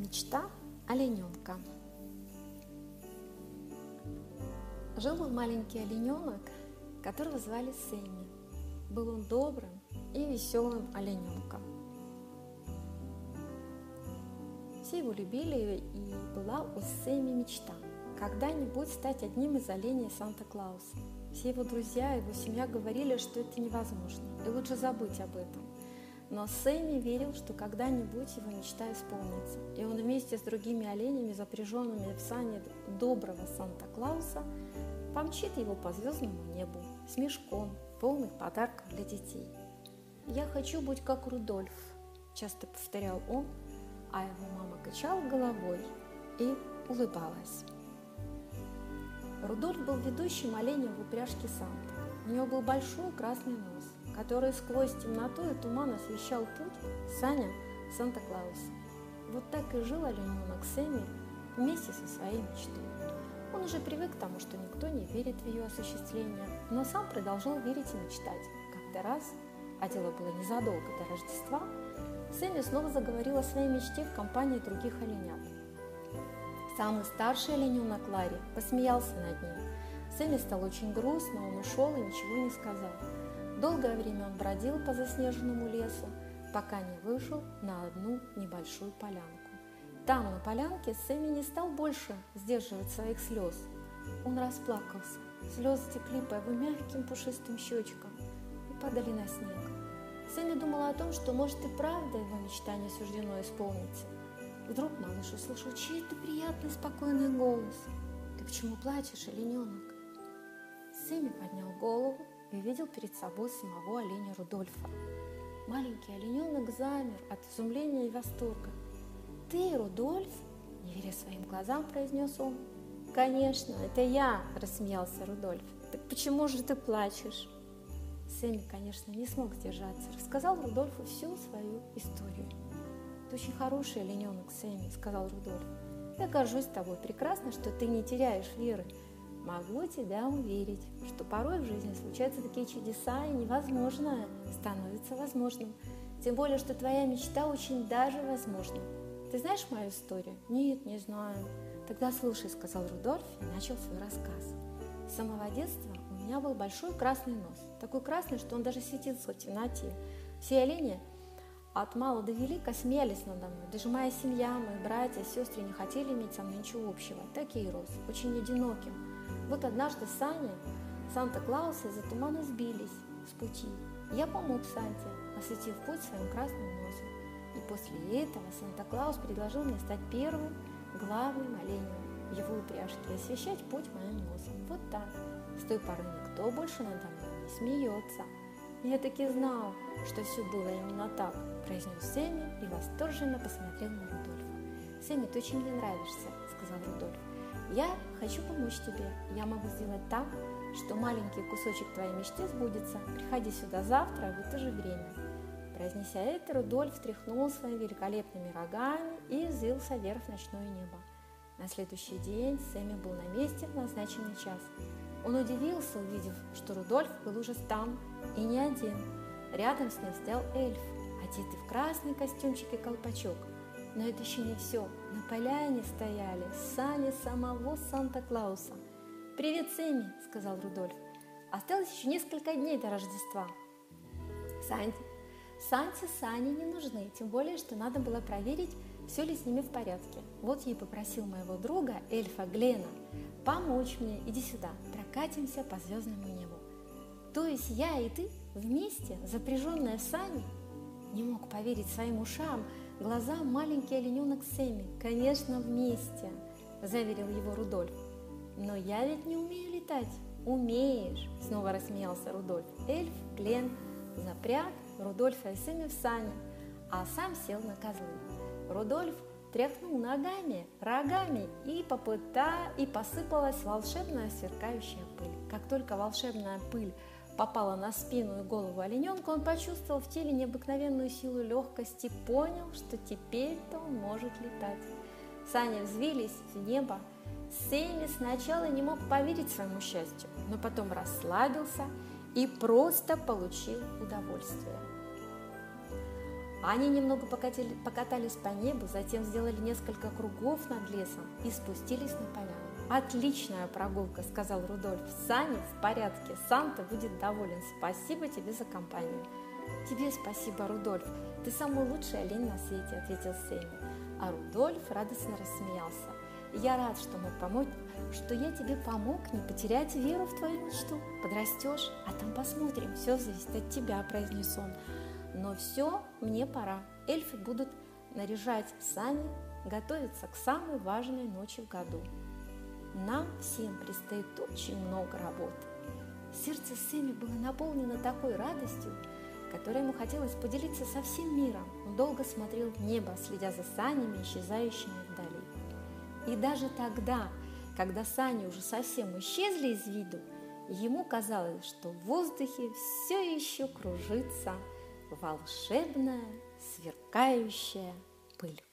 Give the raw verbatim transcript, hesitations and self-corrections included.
Мечта олененка. Жил он маленький олененок, которого звали Сэмми. Был он добрым и веселым олененком. Все его любили, и была у Сэмми мечта когда-нибудь стать одним из оленей Санта-Клауса. Все его друзья, его семья говорили, что это невозможно, и лучше забыть об этом. Но Сэмми верил, что когда-нибудь его мечта исполнится, и он вместе с другими оленями, запряженными в сани доброго Санта-Клауса, помчит его по звездному небу с мешком, полным подарков для детей. «Я хочу быть как Рудольф», – часто повторял он, а его мама качала головой и улыбалась. Рудольф был ведущим оленем в упряжке Санты. У него был большой красный нос, который сквозь темноту и туман освещал путь саням Санта-Клауса. Вот так и жил олененок Сэмми вместе со своей мечтой. Он уже привык к тому, что никто не верит в ее осуществление, но сам продолжал верить и мечтать. Как-то раз, а дело было незадолго до Рождества, Сэмми снова заговорил о своей мечте в компании других оленят. Самый старший олененок Ларри посмеялся над ним. Сэмми стал очень грустно, он ушел и ничего не сказал. Долгое время он бродил по заснеженному лесу, пока не вышел на одну небольшую полянку. Там, на полянке, Сэмми не стал больше сдерживать своих слез. Он расплакался, слезы текли по его мягким пушистым щечкам и падали на снег. Сэмми думал о том, что, может, и правда его мечта не суждено исполниться. Вдруг малыш услышал чей-то приятный, спокойный голос. «Ты почему плачешь, олененок?» Сэмми поднял голову и увидел перед собой самого оленя Рудольфа. Маленький олененок замер от изумления и восторга. «Ты, Рудольф?» – не веря своим глазам, произнес он. «Конечно, это я!» – рассмеялся Рудольф. «Так почему же ты плачешь?» Сэмми, конечно, не смог сдержаться, рассказал Рудольфу всю свою историю. «Ты очень хороший олененок, Сэмми», – сказал Рудольф. «Я горжусь тобой, прекрасно, что ты не теряешь веры. Могу тебя уверить, что порой в жизни случаются такие чудеса, и невозможное становится возможным. Тем более, что твоя мечта очень даже возможна. Ты знаешь мою историю?» «Нет, не знаю». «Тогда слушай», – сказал Рудольф и начал свой рассказ. «С самого детства у меня был большой красный нос. Такой красный, что он даже светился в темноте. Все олени от мала до велика смеялись надо мной. Даже моя семья, мои братья, сестры не хотели иметь со мной ничего общего. Так я и рос, очень одиноким. Вот однажды сани Санта-Клауса из-за тумана сбились с пути. Я помог Санте, осветив путь своим красным носом. И после этого Санта-Клаус предложил мне стать первым главным оленем в его упряжке и освещать путь моим носом. Вот так. С той поры никто больше надо мной не смеется. Я таки знал, что все было именно так», – произнес Сэмми и восторженно посмотрел на Рудольфа. «Сэмми, ты очень мне нравишься», – сказал Рудольф. «Я хочу помочь тебе. Я могу сделать так, что маленький кусочек твоей мечты сбудется. Приходи сюда завтра в это же время». Произнеся это, Рудольф тряхнул своими великолепными рогами и взвился вверх в ночное небо. На следующий день Сэмми был на месте в назначенный час. Он удивился, увидев, что Рудольф был уже там и не один. Рядом с ним стоял эльф, одетый в красный костюмчик и колпачок. Но это еще не все. На поляне стояли сани самого Санта-Клауса. «Привет, Сэмми», – сказал Рудольф. «Осталось еще несколько дней до Рождества». Санте, Санте сани не нужны, тем более, что надо было проверить, все ли с ними в порядке. Вот я и попросил моего друга, эльфа Глена, помочь мне. Иди сюда, прокатимся по звездному небу. То есть я и ты вместе, запряженная в сани? Не мог поверить своим ушам, глазам маленький олененок Сэмми. «Конечно, вместе», – заверил его Рудольф. «Но я ведь не умею летать». «Умеешь», – снова рассмеялся Рудольф. Эльф Глен запряг Рудольфа и Сэмми в сани, а сам сел на козлы. Рудольф тряхнул ногами, рогами, и попыта, и посыпалась волшебная сверкающая пыль. Как только волшебная пыль попала на спину и голову олененка, он почувствовал в теле необыкновенную силу легкости и понял, что теперь-то он может летать. Сани взвились в небо. Сэмми сначала не мог поверить своему счастью, но потом расслабился и просто получил удовольствие. Они немного покатили, покатались по небу, затем сделали несколько кругов над лесом и спустились на поляну. «Отличная прогулка», — сказал Рудольф. «Сани в порядке, Санта будет доволен. Спасибо тебе за компанию». «Тебе спасибо, Рудольф. Ты самый лучший олень на свете», — ответил Сэмми. А Рудольф радостно рассмеялся. «Я рад, что мог помочь, что я тебе помог не потерять веру в твою мечту. Подрастешь, а там посмотрим, все зависит от тебя», — произнес он. «Но все, мне пора. Эльфы будут наряжать сани, готовиться к самой важной ночи в году. Нам всем предстоит очень много работы». Сердце Сэмми было наполнено такой радостью, которой ему хотелось поделиться со всем миром. Он долго смотрел в небо, следя за санями, исчезающими вдали. И даже тогда, когда сани уже совсем исчезли из виду, ему казалось, что в воздухе все еще кружится волшебная, сверкающая пыль.